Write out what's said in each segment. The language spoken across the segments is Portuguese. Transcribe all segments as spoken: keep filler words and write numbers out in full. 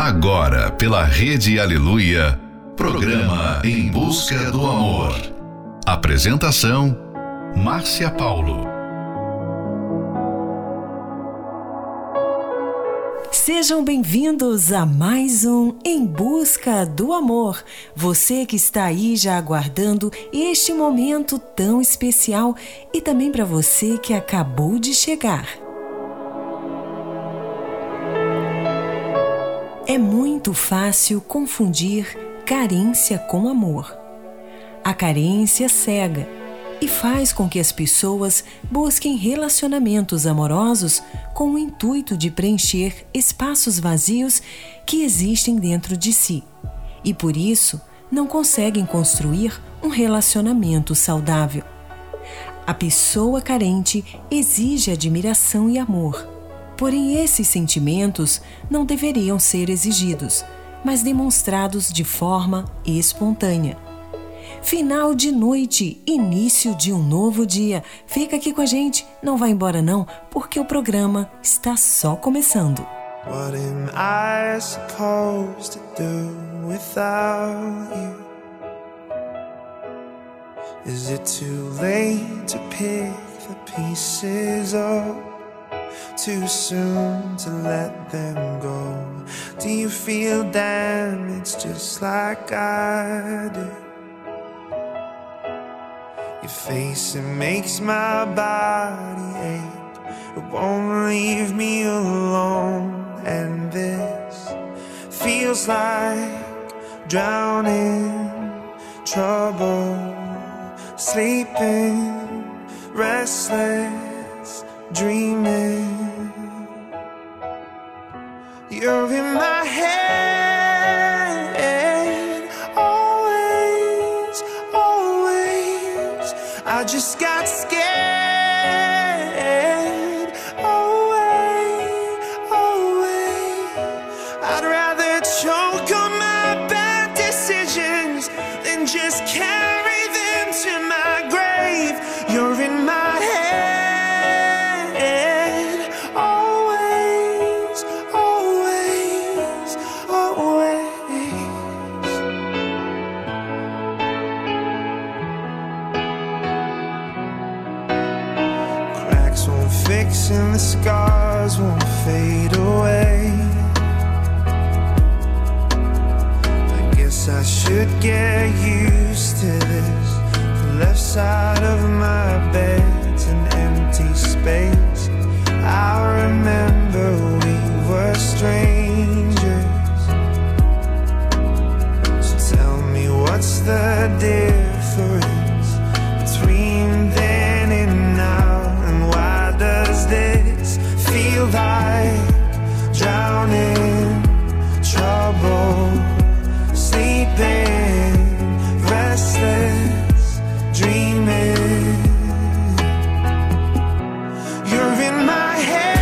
Agora, pela Rede Aleluia, programa Em Busca do Amor. Apresentação, Márcia Paulo. Sejam bem-vindos a mais um Em Busca do Amor. Você que está aí já aguardando este momento tão especial e também para você que acabou de chegar. É muito fácil confundir carência com amor. A carência cega e faz com que as pessoas busquem relacionamentos amorosos com o intuito de preencher espaços vazios que existem dentro de si e, por isso, não conseguem construir um relacionamento saudável. A pessoa carente exige admiração e amor. Porém, esses sentimentos não deveriam ser exigidos, mas demonstrados de forma espontânea. Final de noite, início de um novo dia. Fica aqui com a gente, não vai embora não, porque o programa está só começando. What am I supposed to do without you? Is it too late to pick the pieces up? Too soon to let them go? Do you feel damaged just like I do? Your face, it makes my body ache. It won't leave me alone. And this feels like drowning, trouble, sleeping, restless, dreaming. You're in my head, always, always. I just got scared, away, away. I'd rather choke on my bad decisions than just carry them to my grave. You're in my head, always, always, always. Cracks won't fix and the scars won't fade away. I guess I should get used to this. The left side of my bed's an empty space. I remember we were strangers. So tell me, what's the difference between then and now? And why does this feel like drowning, trouble, sleeping, restless, dreaming? You're in my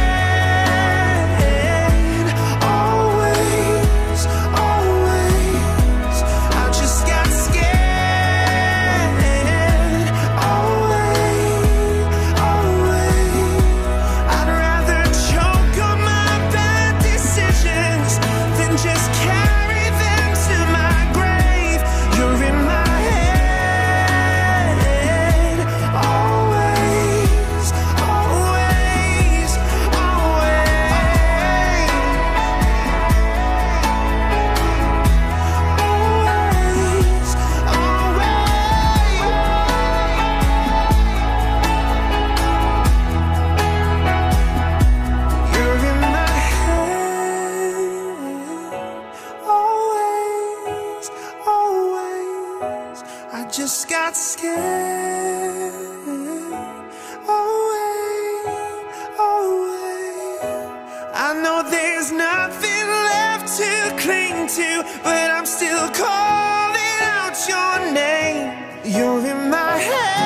head, always, always. I just got scared, away, away. I'd rather choke on my bad decisions than just carry them to my grave. You're in my head, always, always, always, always, always. You're in my head, always, always. I just got scared, away, away. I know there's nothing left to cling to, but I'm still calling out your name. You're in my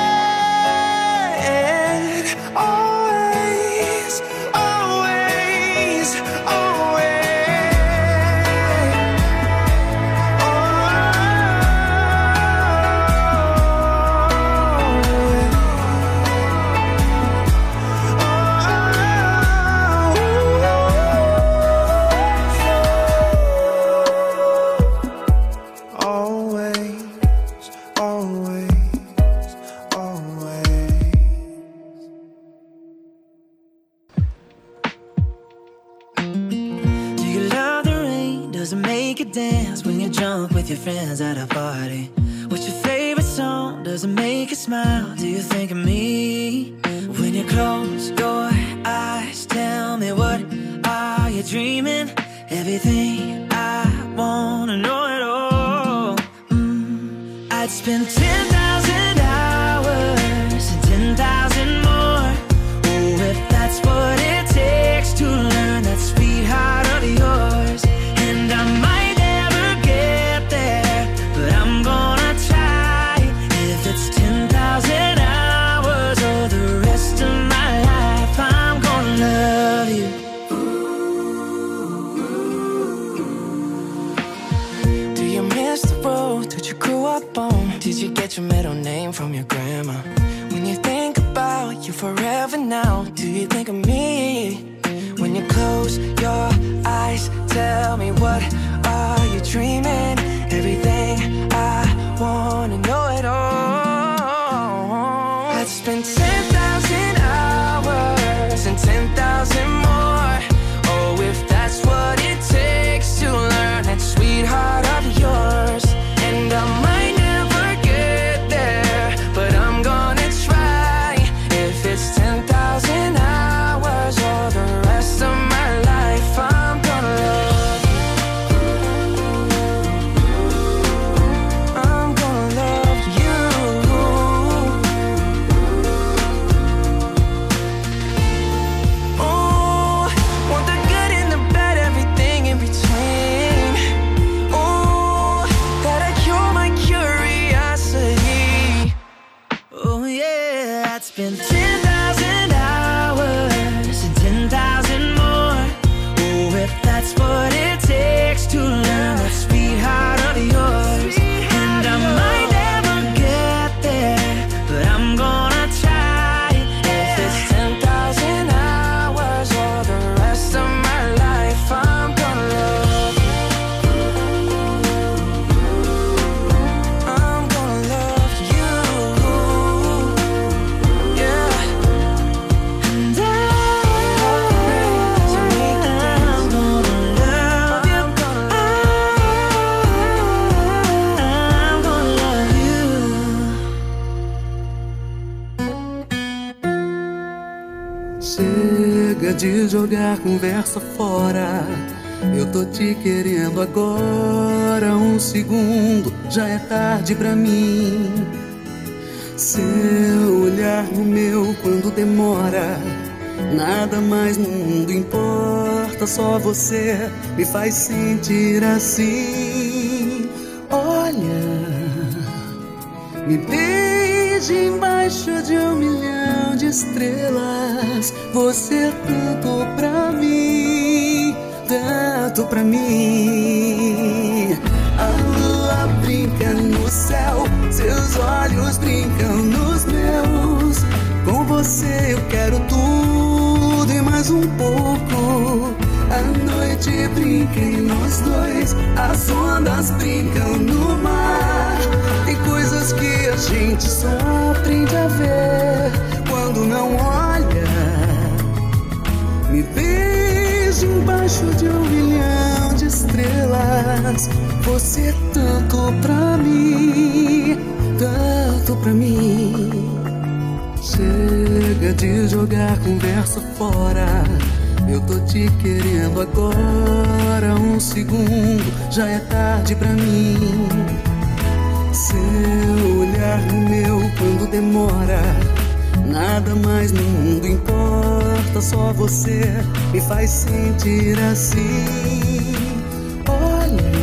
head, always, always, always. Oh, Does it make you dance when you're drunk with your friends at a party? What's your favorite song? Does it make you smile? Do you think of me? When you close your eyes, tell me, what are you dreaming? Everything I wanna know it all. mm, I'd spend ten thousand hours and ten thousand more. Oh, if that's what it takes to learn that sweetheart of yours. And I might never get there, but I'm gonna try. If it's ten thousand hours or the rest of my life, I'm gonna love you. Do you miss the road that you grew up on? Did you get your middle name from your grandma? When you think about you forever now, do you think of me? When you close your eyes, tell me, what are you dreaming? Everything I wanna know it all. I'd spend ten thousand hours and ten thousand more. Oh, if that's what it takes to learn that sweetheart of yours. And I might never get there, but I'm gonna try. If it's ten thousand hours or the rest of my life, I'm gonna love you. I'm gonna love you. Oh, want the good and the bad, everything in between. Oh, gotta cure my curiosity. Oh yeah, I'd spend ten thousand hours and ten thousand more. Oh, if that's what it takes to learn that sweetheart of yours. And I might never get there, but I'm gonna try. If it's ten thousand hours or the rest of my life, I'm gonna love you. I'm gonna love you. Yeah. And I, I'm gonna love you. I'm gonna love you. Chega de jogar conversa fora. Eu tô te querendo agora. Um segundo, já é tarde pra mim. Seu olhar no meu quando demora. Nada mais no mundo importa. Só você me faz sentir assim. Olha, me beije embaixo de um milhão de estrelas. Você é tanto pra mim, tanto pra mim. A lua brinca no céu, seus olhos brincam nos meus. Com você eu quero tudo e mais um pouco. A noite brinca em nós dois, as ondas brincam no mar. Tem coisas que a gente só aprende a ver quando não olha. Me beije embaixo de um milhão de estrelas. Você é tanto pra mim, tanto pra mim. Chega de jogar conversa fora. Eu tô te querendo agora. Um segundo, já é tarde pra mim. Seu olhar no meu quando demora. Nada mais no mundo importa. Só você me faz sentir assim. Olha,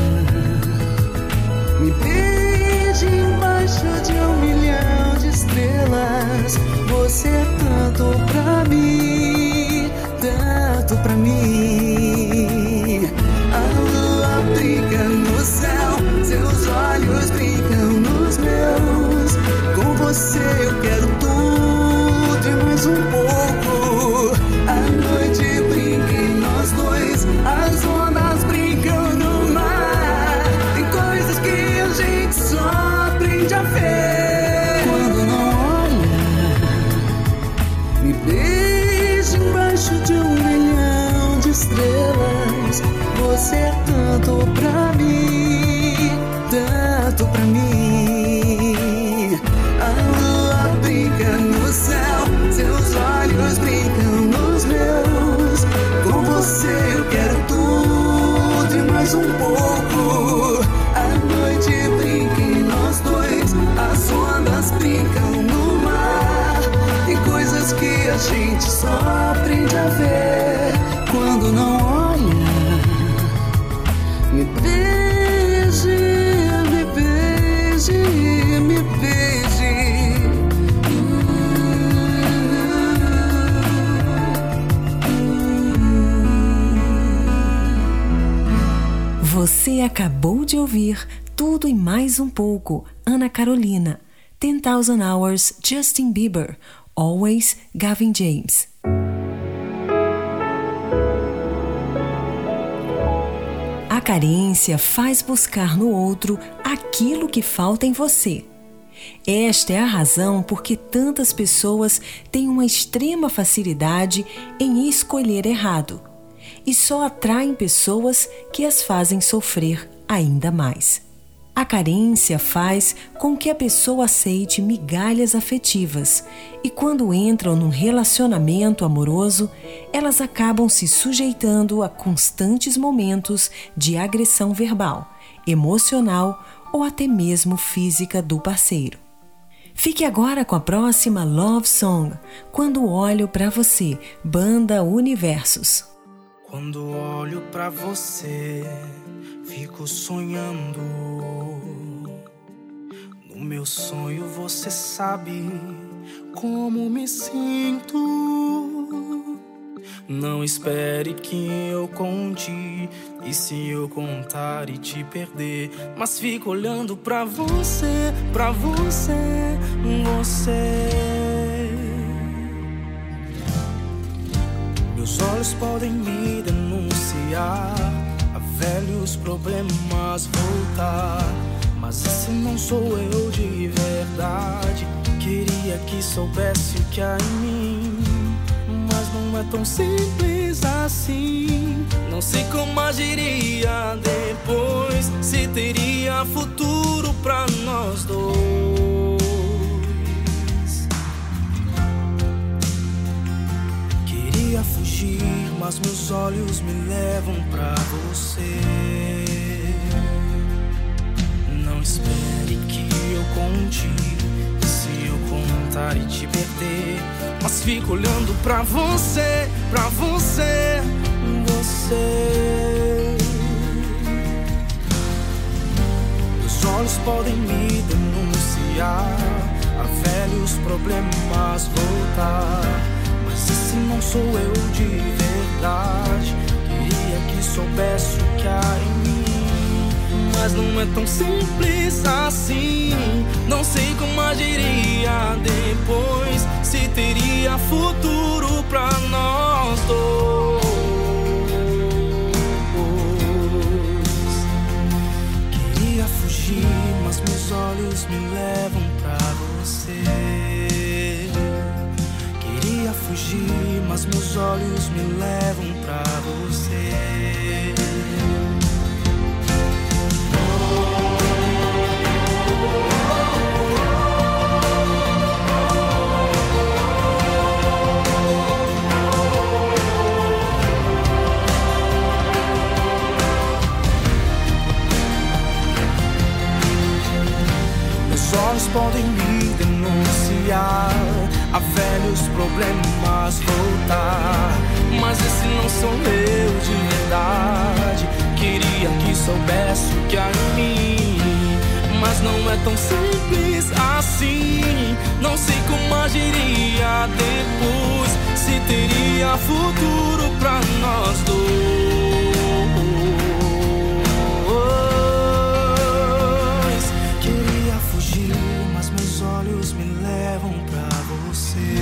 me beije embaixo de um milhão de estrelas. Você é tanto pra mim, tanto pra mim. A lua brinca no céu, seus olhos brincam nos meus. Com você eu quero tudo e mais um pouco. A noite brinca em nós dois, as ondas brincam no mar. Tem coisas que a gente só aprende a ver quando não olha. Me beije embaixo de um milhão de estrelas. Você é tanto tanto pra mim, tanto pra mim. A lua brinca no céu, seus olhos brincam nos meus. Com você eu quero tudo e mais um pouco. A noite brinca em nós dois, as ondas brincam no mar. Tem coisas que a gente só aprende a ver quando não olha. Me beije, me beije, me beije. Você acabou de ouvir Tudo e Mais um Pouco, Ana Carolina. ten thousand Hours, Justin Bieber. Always, Gavin James. A carência faz buscar no outro aquilo que falta em você. Esta é a razão por que tantas pessoas têm uma extrema facilidade em escolher errado e só atraem pessoas que as fazem sofrer ainda mais. A carência faz com que a pessoa aceite migalhas afetivas e quando entram num relacionamento amoroso, elas acabam se sujeitando a constantes momentos de agressão verbal, emocional ou até mesmo física do parceiro. Fique agora com a próxima Love Song, Quando Olho Pra Você, Banda Universos. Quando olho pra você, fico sonhando. No meu sonho você sabe como me sinto. Não espere que eu conte, e se eu contar e te perder, mas fico olhando pra você, pra você, você. Meus olhos podem me denunciar, a velhos problemas voltar, mas esse não sou eu de verdade. Queria que soubesse o que há em mim, mas não é tão simples assim. Não sei como agiria depois, se teria futuro pra nós dois. Queria fugir, mas meus olhos me levam pra você. Não espere que eu conte, se eu contar e te perder, mas fico olhando pra você, pra você, você. Meus olhos podem me denunciar, a velhos problemas voltar, mas esse não sou eu de verdade. Queria que soubesse o que há em mim, mas não é tão simples assim. Não sei como agiria depois, se teria futuro pra nós dois. Queria fugir, mas meus olhos me levam pra você. Queria fugir, mas meus olhos me levam pra você. Meus olhos podem me denunciar, a velhos problemas voltar, mas esse não sou eu de verdade. Queria que soubesse o que há em mim, mas não é tão simples assim. Não sei como agiria depois, se teria futuro pra nós dois. Queria fugir, mas meus olhos me levam pra você.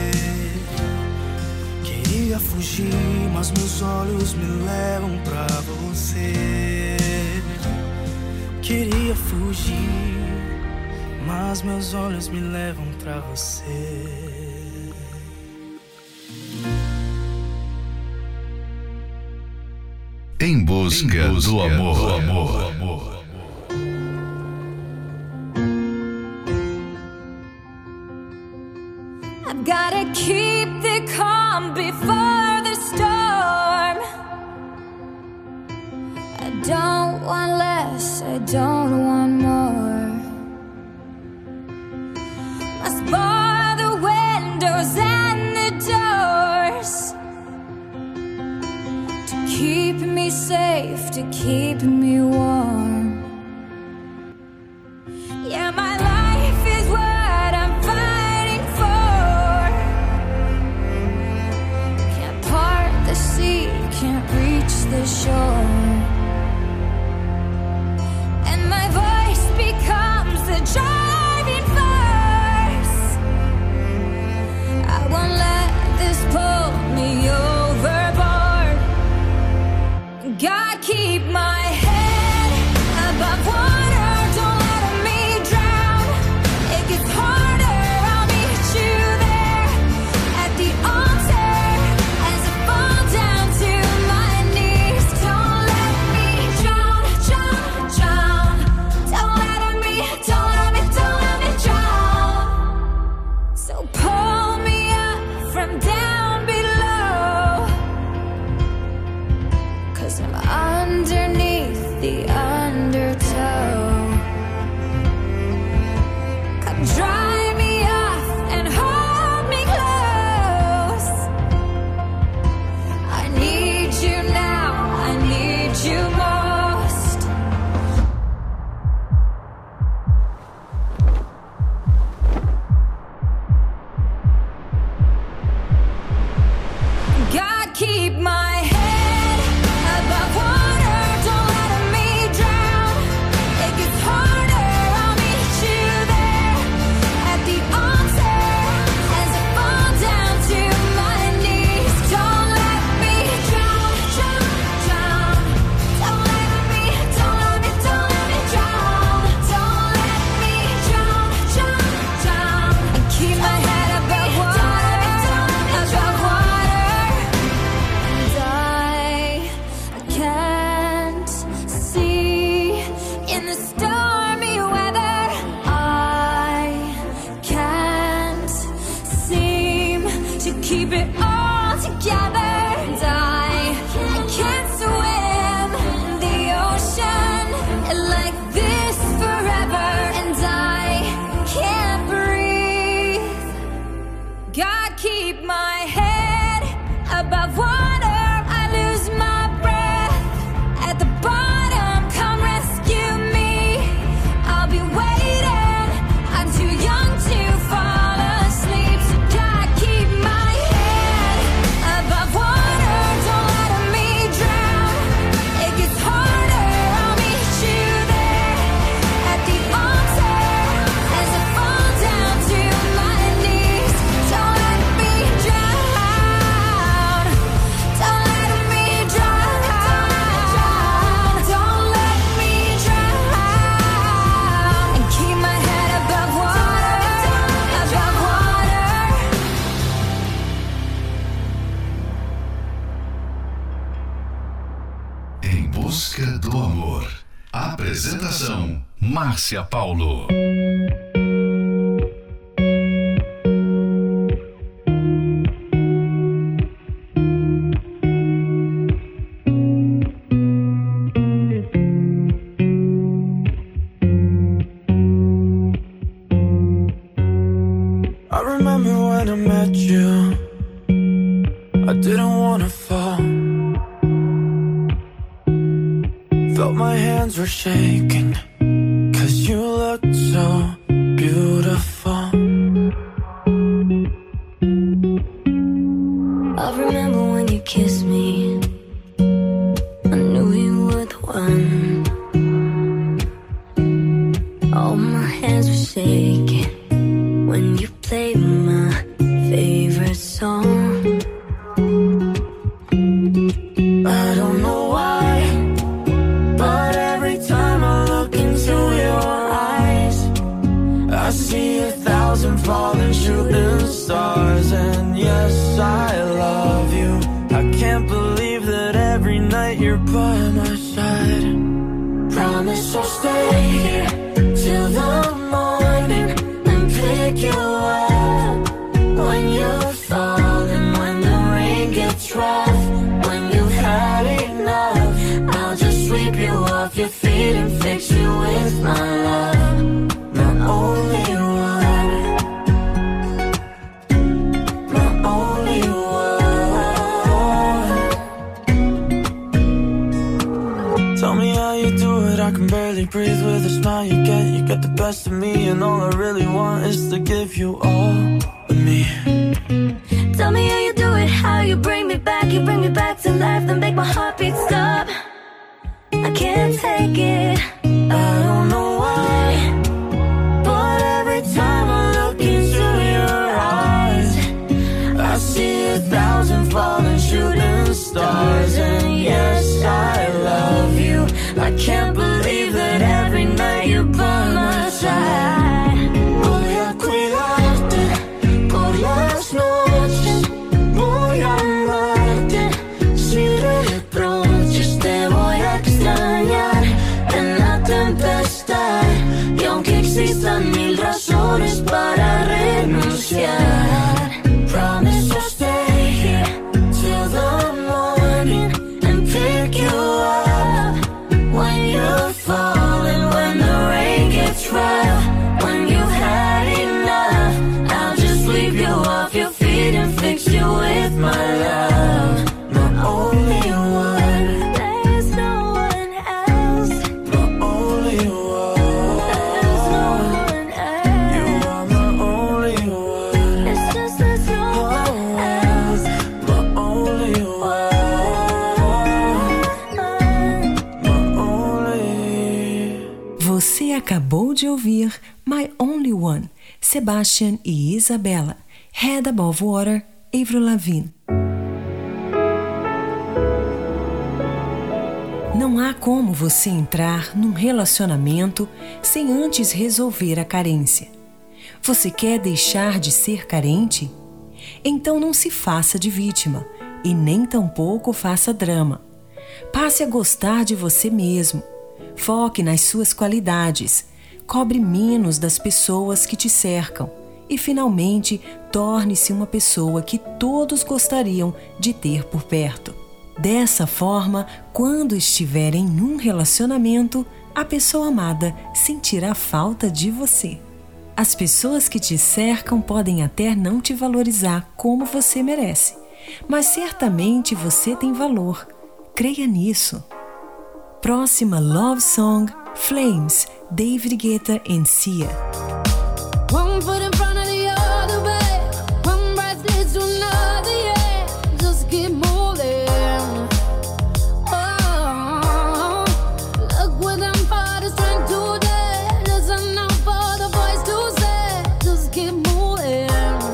Queria fugir, mas meus olhos me levam pra você. Queria fugir, mas meus olhos me levam pra você. Em busca, em busca do amor. Do amor. I've gotta keep the calm before the storm. I don't want less, I don't want more. Must bar the windows and the doors to keep me safe, to keep me warm. Yeah, my life is what I'm fighting for. Can't part the sea, can't reach the shore. And my voice becomes the driving force. I won't let this pull me overboard. God, keep my head above water, don't let me drown. It gets harder, I'll meet you there at the altar as I fall down to my knees. Don't let me drown, drown, drown. Don't let me, don't let me, don't let me drown. So pull me up from down below, 'cause I'm underneath the undertow. Come dry me off and hold me close. I need you now, I need you most. God, keep my head above water, don't let me drown. It gets harder, I'll meet you there at the altar as I fall down to my knees. Don't let me drown, drown, drown. Don't let me, don't let me, don't let me drown. Don't let me drown, drown, drown. And keep my head above water, above water. And I, I can't see in the stormy weather. I can't seem to keep it all together. And I, I can't swim in the ocean like this forever. And I can't breathe. God, keep my head above water. I lose my breath at the bottom. Come rescue me. I'll be waiting. I'm too young to fall asleep. So God, keep my head above water. Don't let me drown. It gets harder. I'll meet you there at the altar as I fall down to my knees. Don't let me drown. Don't let me drown. Don't let me drown. And keep my head above water, above water. Em busca do amor. Apresentação: Márcia Paulo. I remember when I met you, I didn't wanna fall. Felt my hands were shaking, 'cause you looked so beautiful. I remember when you kissed me, I knew you were the one. All my hands were shaking when you played my favorite song. I don't know why, but every time I look into your eyes, I see a thousand falling shooting stars. And yes, I love you. I can't believe that every every night you're by my side. Promise I'll stay here till the morning and pick you up when you're falling, when the rain gets rough, when you've had enough. I'll just sweep you off your feet and fix you with my love, my only one, my only one. Tell me how you do it, I can barely breathe with the smile you get. You get the best of me and all I really want is to give you all of me. Tell me how you do it, how you bring me back. You bring me back to life, then make my heartbeat stop. I can't take it, I don't know why, but every time I look into your eyes, I see a thousand falling shooting stars. And yes, I love you. I can't believe that every night you're by my side. Voy a cuidarte por las noches, voy a amarte sin reproches, te voy a extrañar en la tempestad. Y aunque existan mil razones para renunciar, promise I'll stay here till the morning and pick you up when you're falling, when the rain gets rough, when you've had enough. I'll just sweep you off your feet and fix you with my love, my only one. there's no one else, My only one. there's no one You else. are my only one. It's just there's no one else. My only one. My only. Você acabou de ouvir My Only One, Sebastian e Isabella, Head Above Water, Avril Lavigne. Não há como você entrar num relacionamento sem antes resolver a carência. Você quer deixar de ser carente? Então não se faça de vítima e nem tampouco faça drama. Passe a gostar de você mesmo. Foque nas suas qualidades. Cobre menos das pessoas que te cercam. E, finalmente, torne-se uma pessoa que todos gostariam de ter por perto. Dessa forma, quando estiver em um relacionamento, a pessoa amada sentirá falta de você. As pessoas que te cercam podem até não te valorizar como você merece, mas certamente você tem valor. Creia nisso. Próxima Love Song, Flames, David Guetta e Sia. One foot in front of the other, babe. One breath leads to another, yeah. Just keep moving. Oh, look within for the strength today. Listen out for the voice to say. Just keep moving.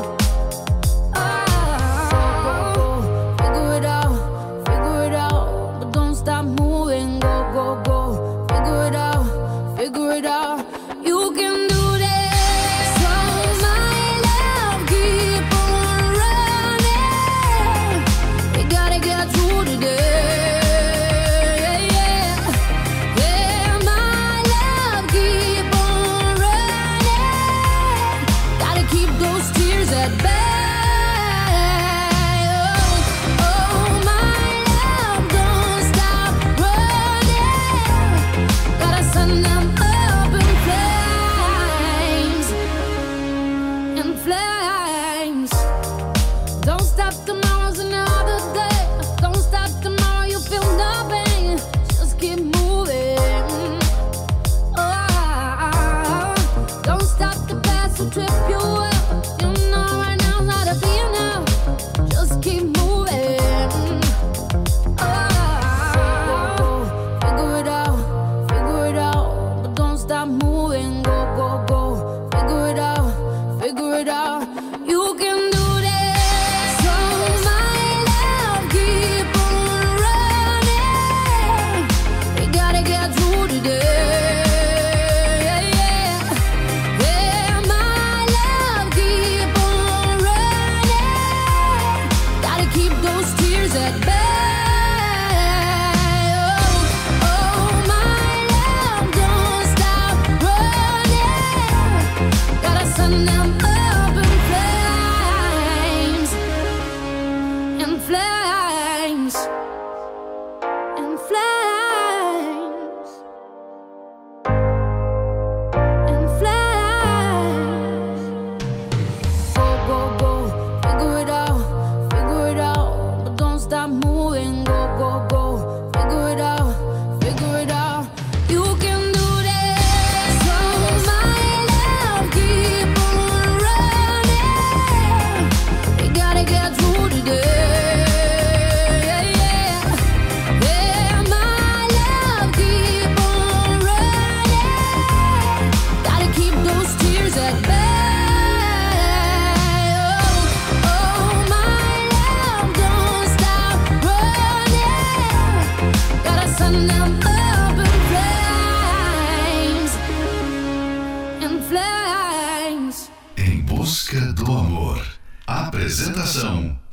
Oh, figure it out, figure it out, but don't stop moving. Go, go, go. Figure it out, figure it out. You can do that. So my love, keep on running. We gotta get through today. Yeah, yeah, my love, keep on running. Gotta keep those tears at bay. Oh, oh, my love, don't stop running.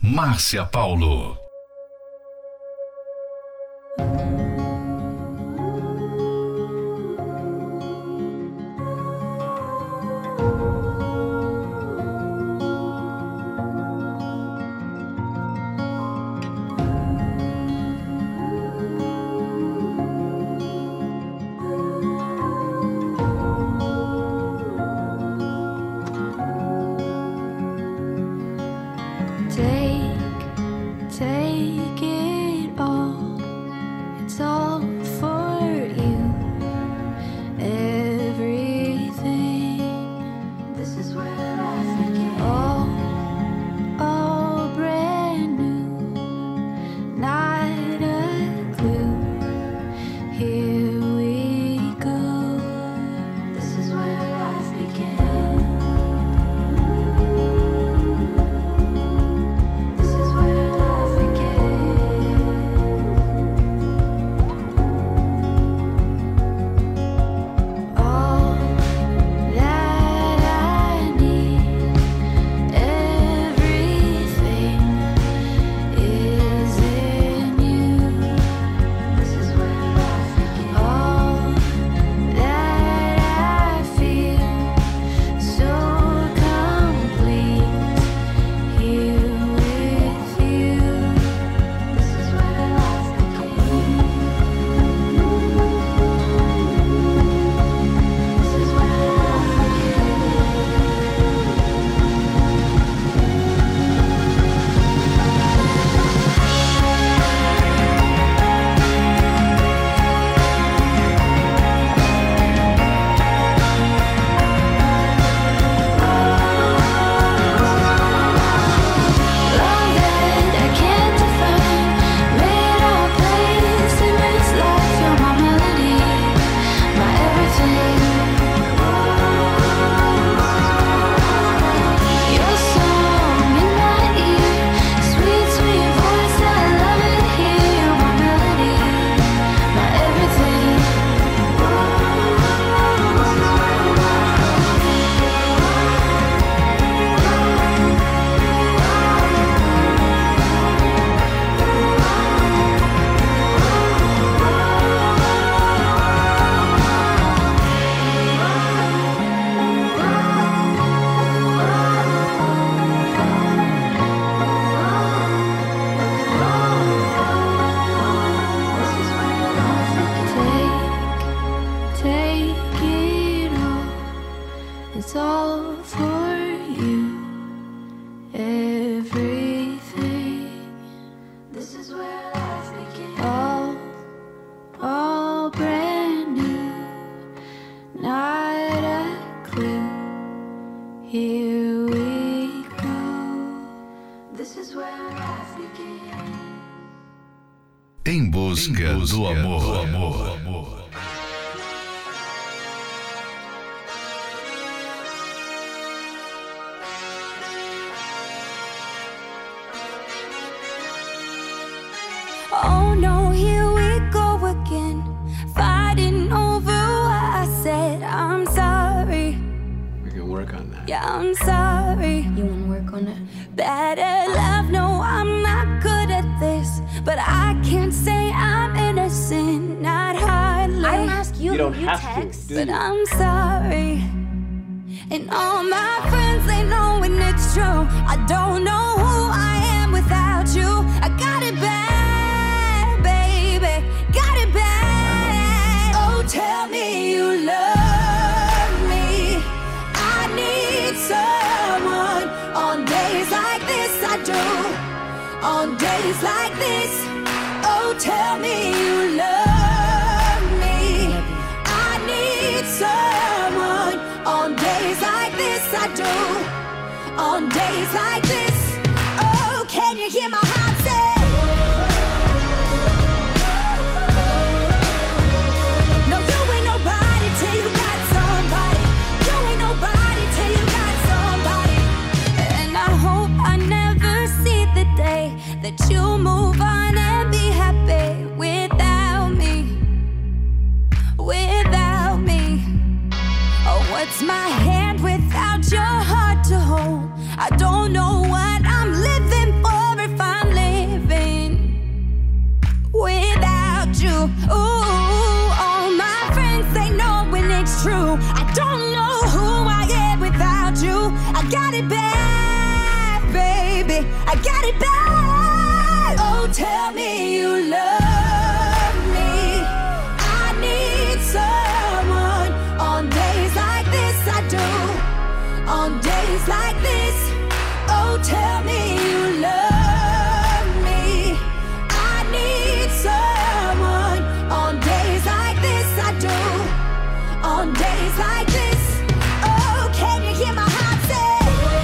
Márcia Paulo. Em busca, em busca do amor. Do amor. Oh no, here we go again, fighting over what I said. I'm sorry. We can work on that. Yeah, I'm sorry. You wanna work on it? Bad at love, no, I'm not good at this, but I can't say I'm innocent, not hardly. I don't ask you, You don't you have text. to, do But you? I'm sorry. And all my friends, they know when it's true. I don't know who I am without you. I got it bad, baby, got it bad. Oh, tell me you love me. I need someone. On days like this, I do. On days like this, oh, tell me you love me. I need someone. On days like this, I do. On days like this, oh, can you hear my heart say? No, you ain't nobody till you got somebody. You ain't nobody till you got somebody. And I hope I never see the day that you move on and be happy without me. Without me. Oh, what's my hand without your heart to hold? I don't know you. Ooh, all my friends, they know when it's true. I don't know who I am without you. I got it bad, baby, I got it bad. Oh, tell me you love me. I need someone. On days like this I do. On days like this. Oh, tell me you love me. I need someone. On days like this I do. On days like this. Oh, can you hear my heart say?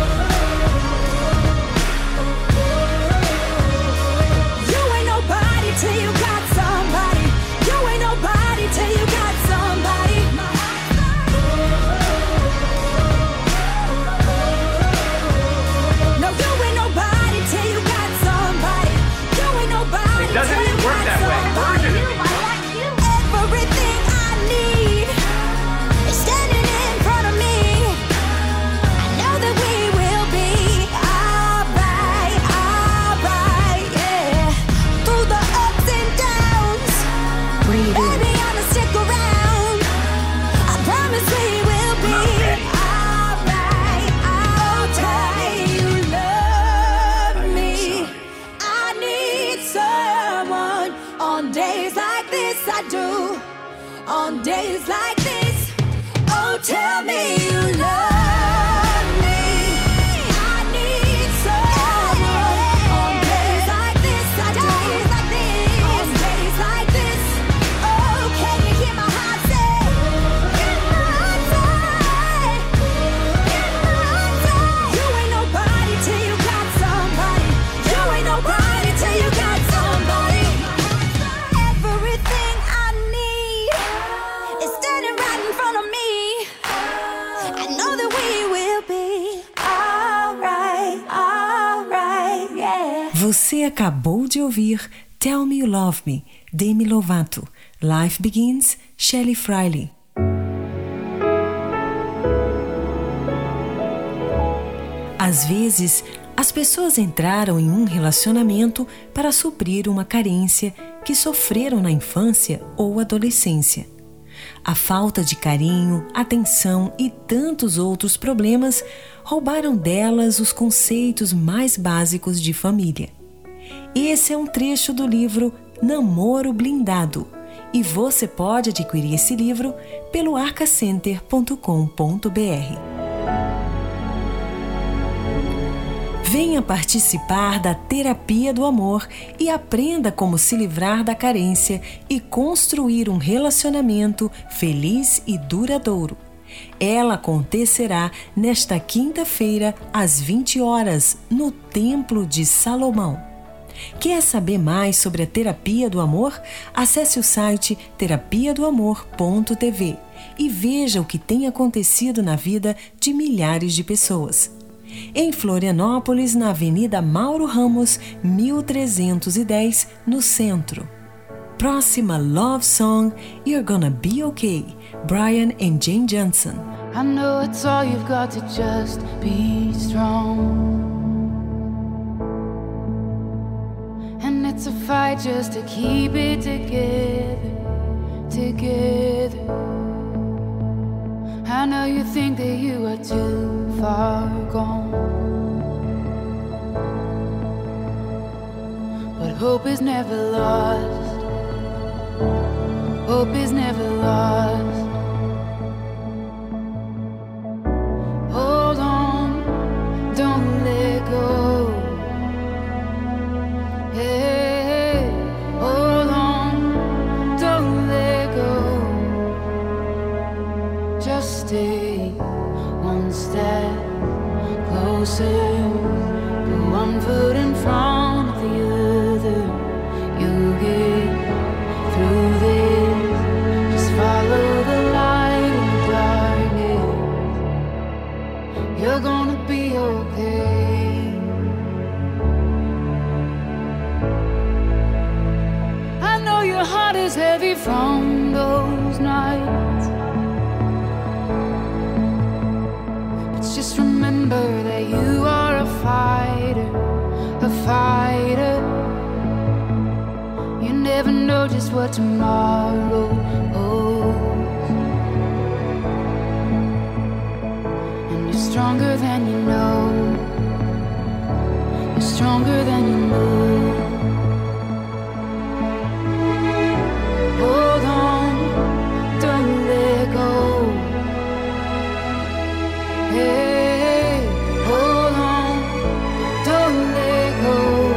You ain't nobody till you got somebody. You ain't nobody till you got somebody. No, you ain't nobody till you got somebody. You ain't nobody It doesn't till you work got that way. somebody. Version of me. Everything I need is standing in front of me. I know that we will be alright, alright, yeah. Through the ups and downs, baby, I'ma stick around. I promise we will be alright. I'll tell you love me. I need someone. On days like this I do. On days like this. Oh, tell me you love me. I need someone. On days like this I do. On days like this. Oh, can you hear my heart say? Hear my heart say. Hear my heart say. You ain't nobody till you got somebody. You ain't nobody till you got somebody. Everything I need is standing right in front of me. I know that we will be alright, alright, yeah. Você acabou de ouvir Tell Me You Love Me, Demi Lovato. Life Begins, Shelley Friley. Às vezes, as pessoas entraram em um relacionamento para suprir uma carência que sofreram na infância ou adolescência. A falta de carinho, atenção e tantos outros problemas roubaram delas os conceitos mais básicos de família. Esse é um trecho do livro Namoro Blindado e você pode adquirir esse livro pelo arca center ponto com ponto b r. Venha participar da Terapia do Amor e aprenda como se livrar da carência e construir um relacionamento feliz e duradouro. Ela acontecerá nesta quinta-feira, às vinte horas, no Templo de Salomão. Quer saber mais sobre a Terapia do Amor? Acesse o site terapia do amor ponto t v e veja o que tem acontecido na vida de milhares de pessoas. Em Florianópolis, na Avenida Mauro Ramos, mil trezentos e dez, no centro. Próxima Love Song, You're Gonna Be Okay, Brian and Jane Johnson. I know it's all you've got to just be strong. And it's a fight just to keep it together, together. I know you think that you are too far gone, but hope is never lost. Hope is never lost. Hold on, don't let go. Hey, hold on, don't let go. Just stay one step closer, put one foot in front of the other. You'll get through this. Just follow the light in the darkness. You're gonna be okay. I know your heart is heavy from those nights, but just remember that you are a fighter, a fighter. You never know know just what tomorrow holds. And you're stronger than you know. You're stronger than you know. Hold on, don't let go. Hey, hold on, don't let go.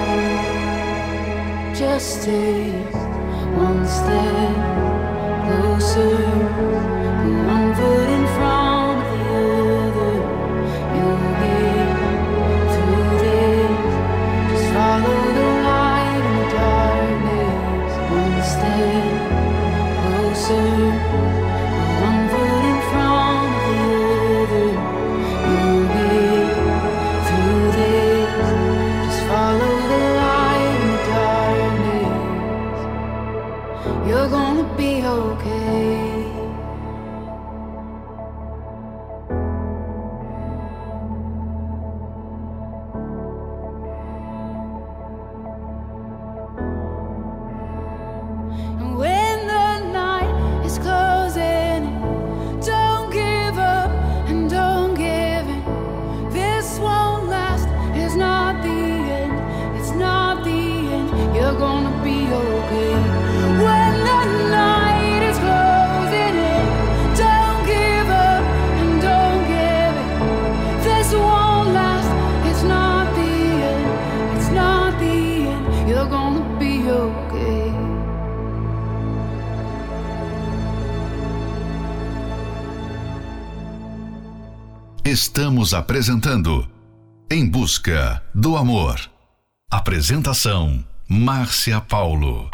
Just stay one step closer, put one foot in front of the other. You'll get through this. Just follow the light in the darkness. One step closer, put one foot in front of the other. You'll get through this. Just follow the light in the darkness. You're gonna be okay. And when the night is closing, don't give up and don't give in. This won't last, it's not the end, it's not the end. You're gonna be okay. When the night is closing in, don't give up and don't give in. This won't last, it's not the end, it's not the end. You're gonna be okay. Estamos apresentando Em Busca do Amor. Apresentação Márcia Paulo.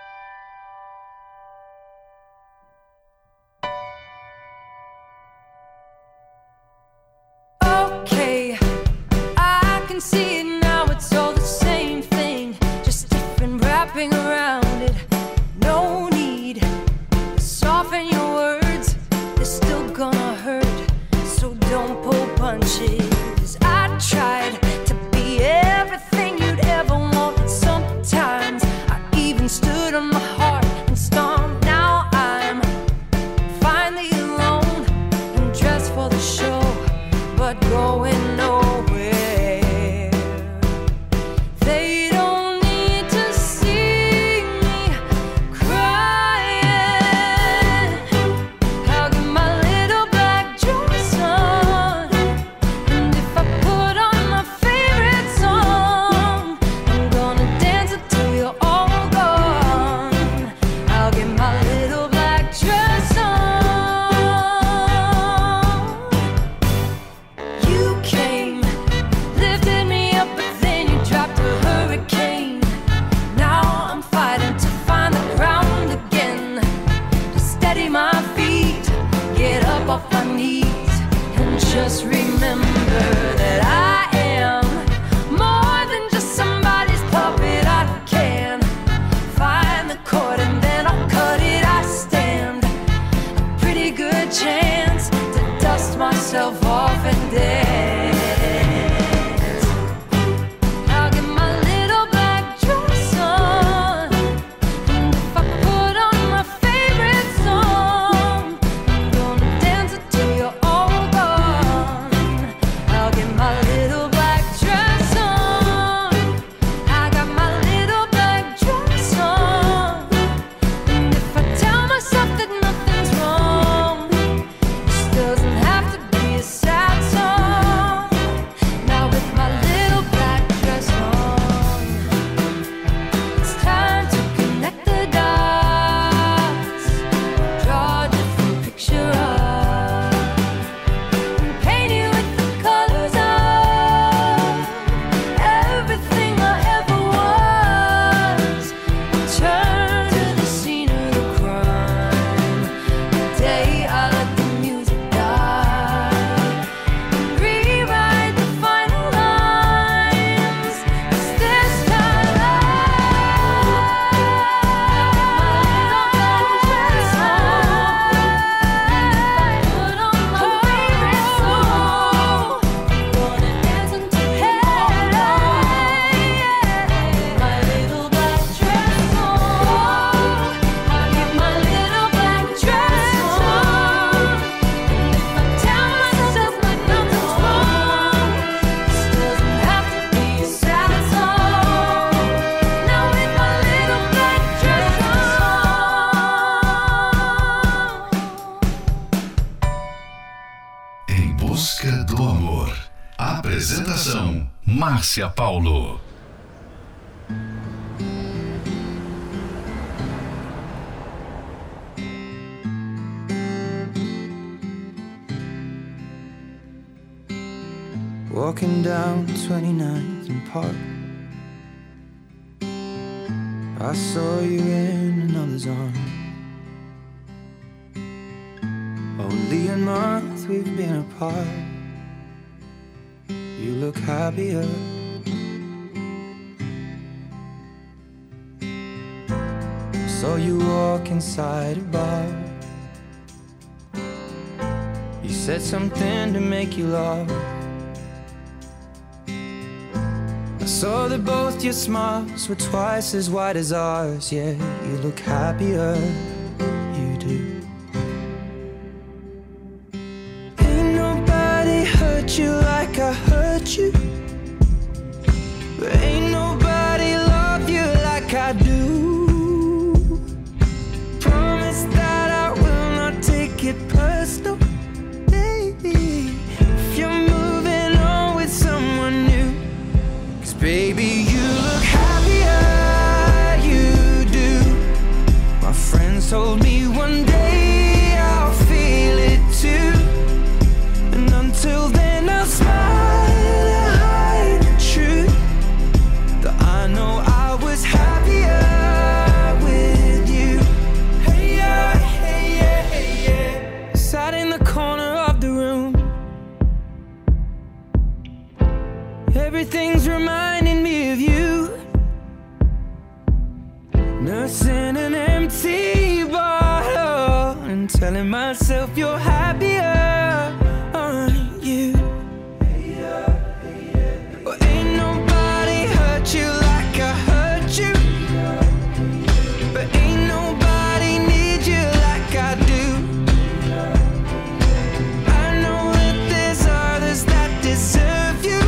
Okay, I can see it now, it's all the same thing, just different wrapping around it. No need to soften your words, they're still gonna hurt, so don't pull punches. I tried to be everything you'd ever wanted. Sometimes I even stood on my heart and stomped. Now I'm finally alone and dressed for the show, but going nowhere. They don't need to see me crying. I'll get my little black dress on, and if I put on my favorite song, I'm gonna dance until you're all gone. I'll get my little black dress on. You came, lifted me up, but then you dropped a hurricane. Now I'm fighting to find the ground again, to steady my feet, get up off my knees, and just remember that I am more than just somebody's puppet. I can find the chord and then I'll cut it. I stand a pretty good chance to dust myself off and dance. I'll get my little black dress on, and if I put on my favorite song, I'm gonna dance until you're all gone. Márcia Paulo. Walking down twenty-ninth and Park, I saw you in another's arms. Only a month we've been apart. You look happier. Saw you walk inside a bar. You said something to make you laugh. I saw that both your smiles were twice as wide as ours. Yeah, you look happier, you do. Ain't nobody hurt you like I hurt you, but ain't nobody love you like I do. Promise that I will not take it personal, baby, if you're moving on with someone new. Baby, you look happier, you do. My friends told me one day I'll feel it too, and until then I'll smile and hide the truth, that I know I was happier with you. Hey yeah, hey yeah, hey yeah. Sat in the corner of the room, everything's reminding me of you. Nursing an empty bottle and telling myself you're happier, aren't you? Well, ain't nobody hurt you like I hurt you, but ain't nobody need you like I do. I know that there's others that deserve you,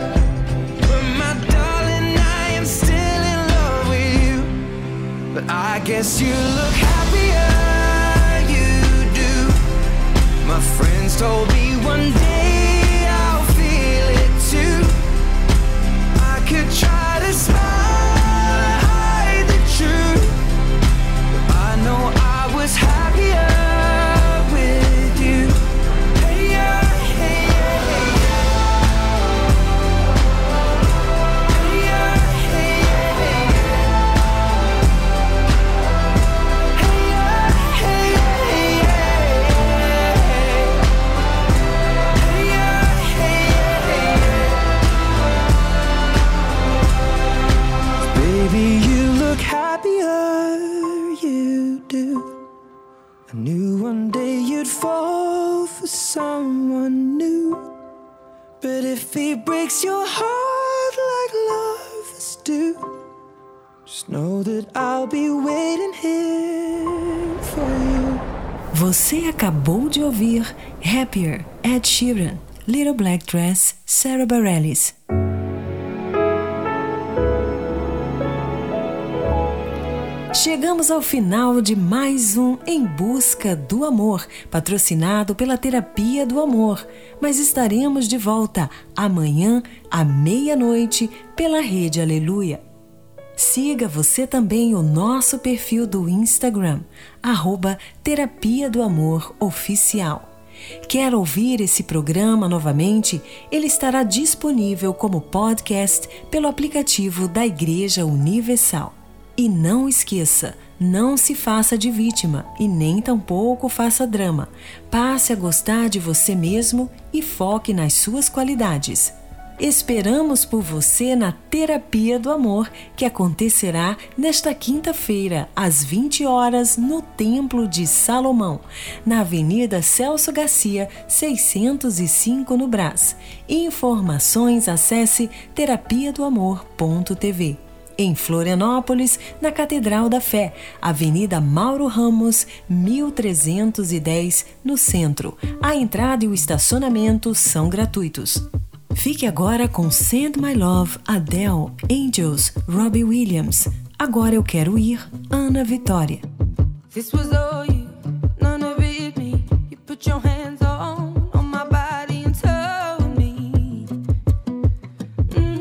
but I guess you look happier, you do. My friends told me one day I'll feel it too. I could try to smile and hide the truth, but I know I was happier with you. Hey yeah, hey yeah, hey yeah. Hey yeah, hey yeah, hey yeah. Baby, you look happier, you do. I knew one day you'd fall for someone new, but if he breaks your heart like lovers do, just know that I'll be waiting here for you. Você acabou de ouvir Happier, Ed Sheeran, Little Black Dress, Sarah Bareilles. Chegamos ao final de mais um Em Busca do Amor, patrocinado pela Terapia do Amor, mas estaremos de volta amanhã à meia-noite pela Rede Aleluia. Siga você também o nosso perfil do Instagram, arroba Terapia do Amor Oficial. Quer ouvir esse programa novamente? Ele estará disponível como podcast pelo aplicativo da Igreja Universal. E não esqueça, não se faça de vítima e nem tampouco faça drama. Passe a gostar de você mesmo e foque nas suas qualidades. Esperamos por você na Terapia do Amor, que acontecerá nesta quinta-feira, às vinte horas, no Templo de Salomão, na Avenida Celso Garcia, seiscentos e cinco, no Brás. Informações, acesse terapia do amor ponto t v. Em Florianópolis, na Catedral da Fé, Avenida Mauro Ramos, mil trezentos e dez, no centro. A entrada e o estacionamento são gratuitos. Fique agora com Send My Love, Adele, Angels, Robbie Williams. Agora eu quero ir, Ana Vitória. This was all you, none of it me. You put your hands on, on my body and told me mm-hmm.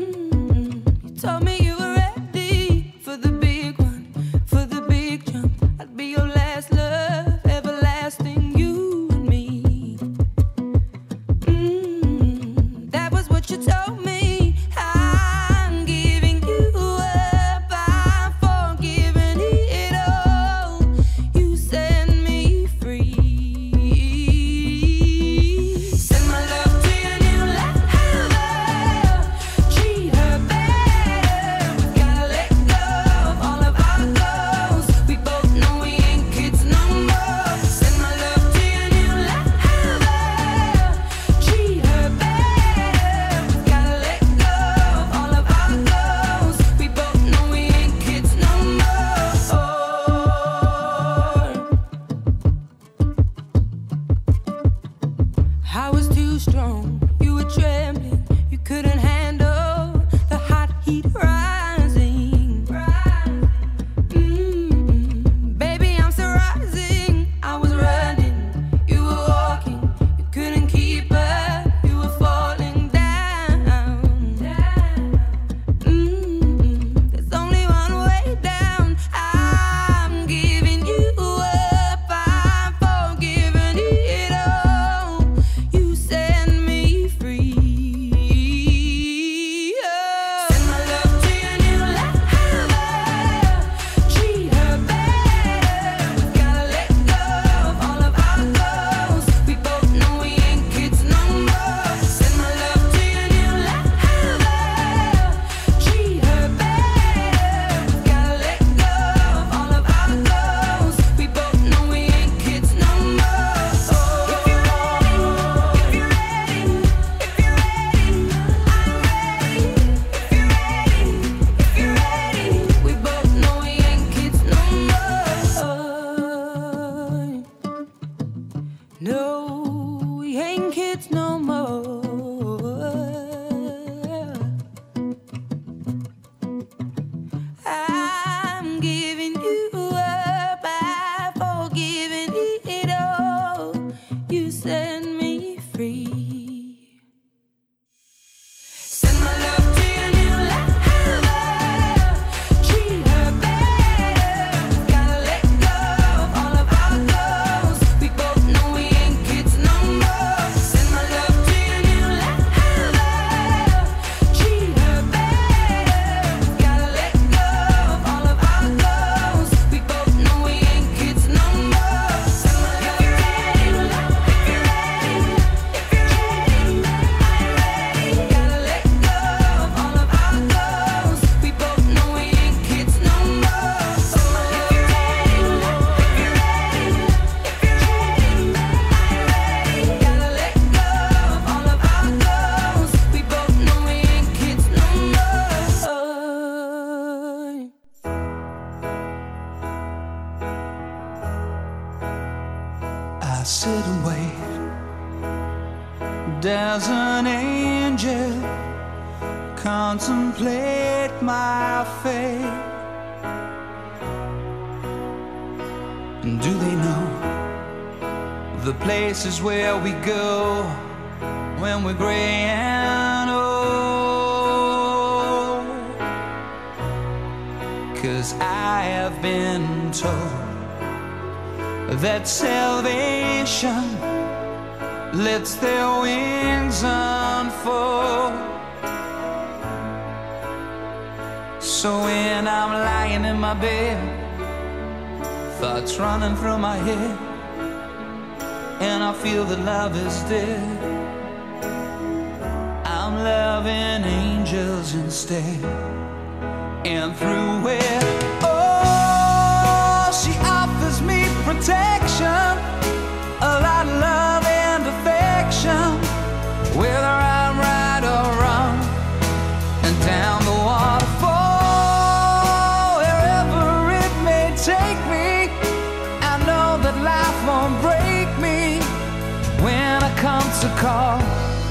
I sit and wait. Does an angel contemplate my fate? And do they know the places where we go when we're gray and old? 'Cause I have been told that salvation lets their wings unfold. So when I'm lying in my bed, thoughts running through my head, and I feel that love is dead, I'm loving angels instead. And through it, oh, she offers me protection, a lot of love and affection, whether I'm right or wrong, and down the waterfall, wherever it may take me, I know that life won't break me when I come to call.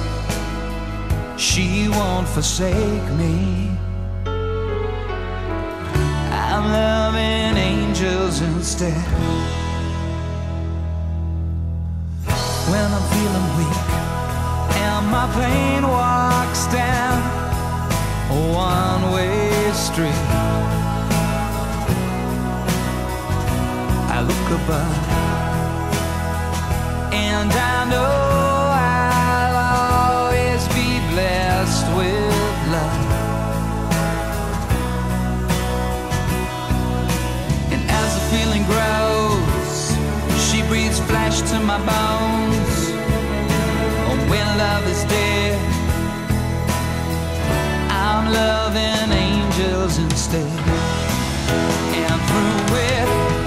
She won't forsake me. I'm loving angels instead. When I'm feeling weak and my pain walks down a one-way street, I look above and I know I'll always be blessed with love. And as the feeling grows, she breathes flesh to my bones. And when love is dead, I'm loving angels instead. And through it,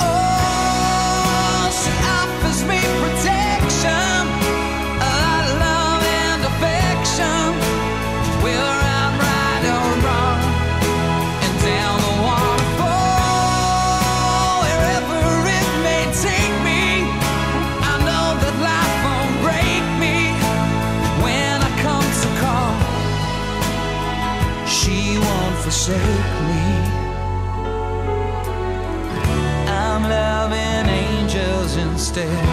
oh, she offers me protection, a lot of love and affection, whether I'm right or wrong, and down the waterfall, wherever it may take me, I know that life won't break me when I come to call. She won't forsake me. I'm loving angels instead.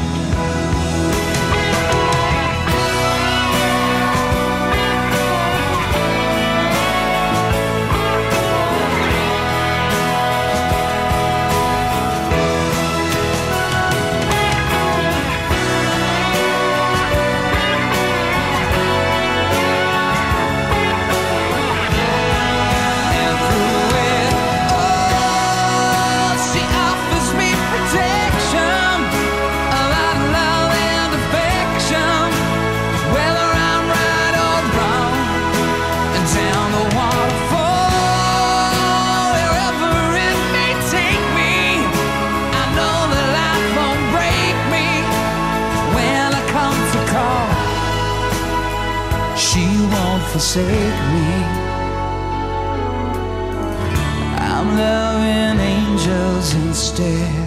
Forsake me. I'm loving angels instead.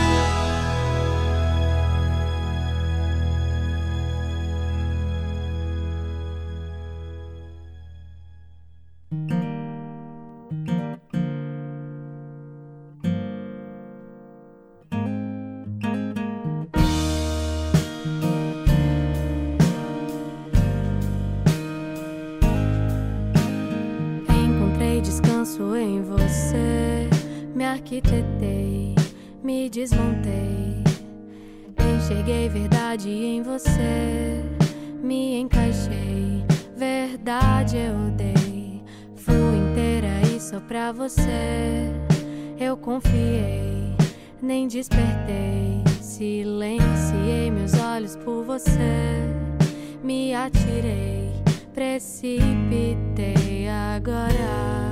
Em você me arquitetei, me desmontei, enxerguei verdade em você, me encaixei, verdade eu dei, fui inteira e só pra você eu confiei, nem despertei, silenciei meus olhos por você, me atirei, precipitei agora.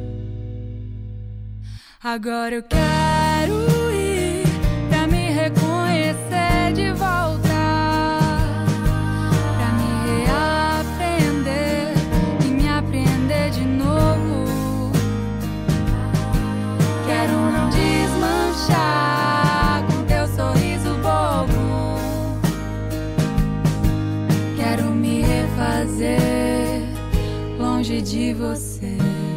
Agora eu quero ir pra me reconhecer de volta, pra me reaprender e me aprender de novo. Quero não desmanchar com teu sorriso bobo. de você.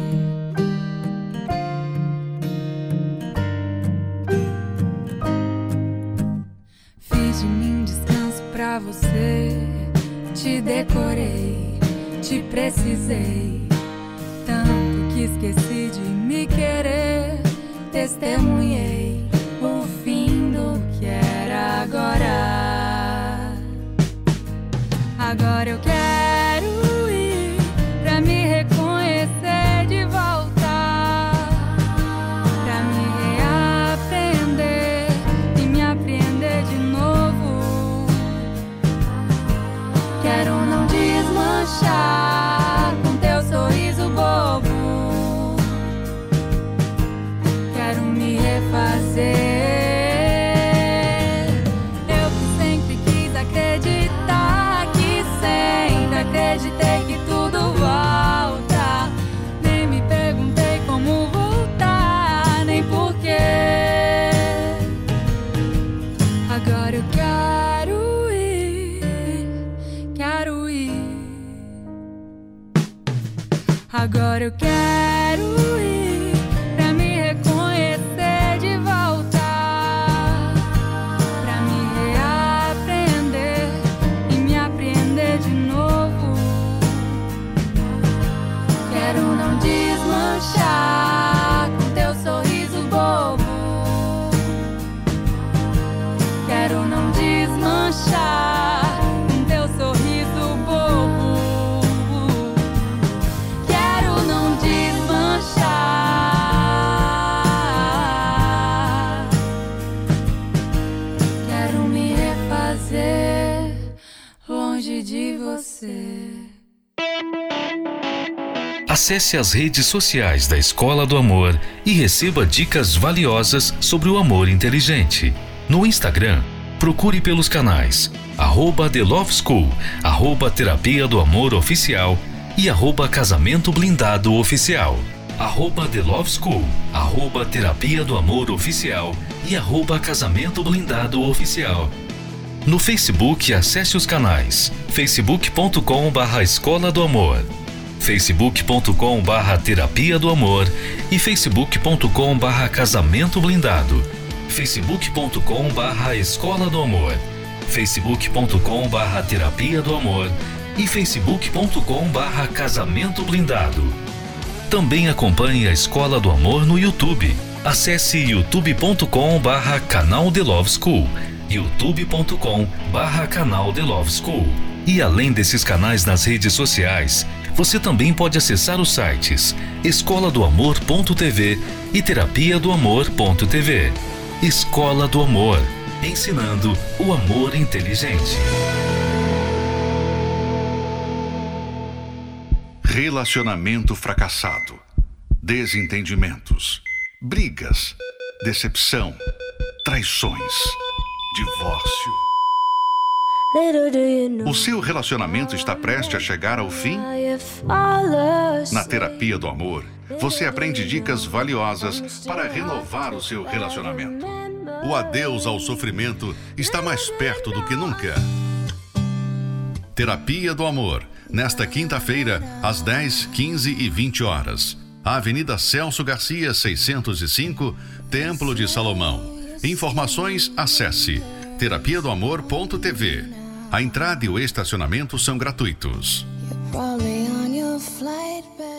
Fiz de mim descanso pra você. Te decorei, te precisei, tanto que esqueci de me querer. Testemunhei o fim do que era agora. Agora eu quero ir pra me reconhecer de volta, pra me reaprender e me apreender de novo. Quero não desmanchar com teu sorriso bobo. Quero me refazer. Eu que sempre quis acreditar, que sempre acreditei que tudo volta. Nem me perguntei como voltar, nem porquê. Agora eu quero ir, quero ir. Agora eu quero ir pra me reconhecer de volta, pra me reaprender e me apreender de novo. Quero não desmanchar com teu sorriso bobo. Quero não desmanchar com teu sorriso bobo. Quero não desmanchar. Quero me refazer longe de você. Acesse as redes sociais da Escola do Amor e receba dicas valiosas sobre o amor inteligente. No Instagram, procure pelos canais arroba The Love School, arroba Terapia do Amor Oficial e arroba Casamento Blindado Oficial, arroba The Love School, arroba Terapia do Amor Oficial e arroba Casamento Blindado Oficial. No Facebook, acesse os canais facebook ponto com barra Escola do Amor, facebook ponto com barra Terapia do Amor e facebook ponto com barra Casamento Blindado, facebook ponto com barra Escola do Amor, facebook ponto com barra Terapia do Amor e facebook ponto com barra Casamento Blindado. Também acompanhe a Escola do Amor no YouTube. Acesse youtube ponto com barra Canal The Love School, youtube ponto com barra Canal The Love School. E além desses canais nas redes sociais, você também pode acessar os sites escola do amor ponto t v e terapia do amor ponto t v. Escola do Amor, ensinando o amor inteligente. Relacionamento fracassado, desentendimentos, brigas, decepção, traições, divórcio. O seu relacionamento está prestes a chegar ao fim? Na Terapia do Amor, você aprende dicas valiosas para renovar o seu relacionamento. O adeus ao sofrimento está mais perto do que nunca. Terapia do Amor, nesta quinta-feira, às dez, quinze e vinte horas. Avenida Celso Garcia, seiscentos e cinco, Templo de Salomão. Informações, acesse terapia do amor ponto t v. A entrada e o estacionamento são gratuitos. Probably on your flight back.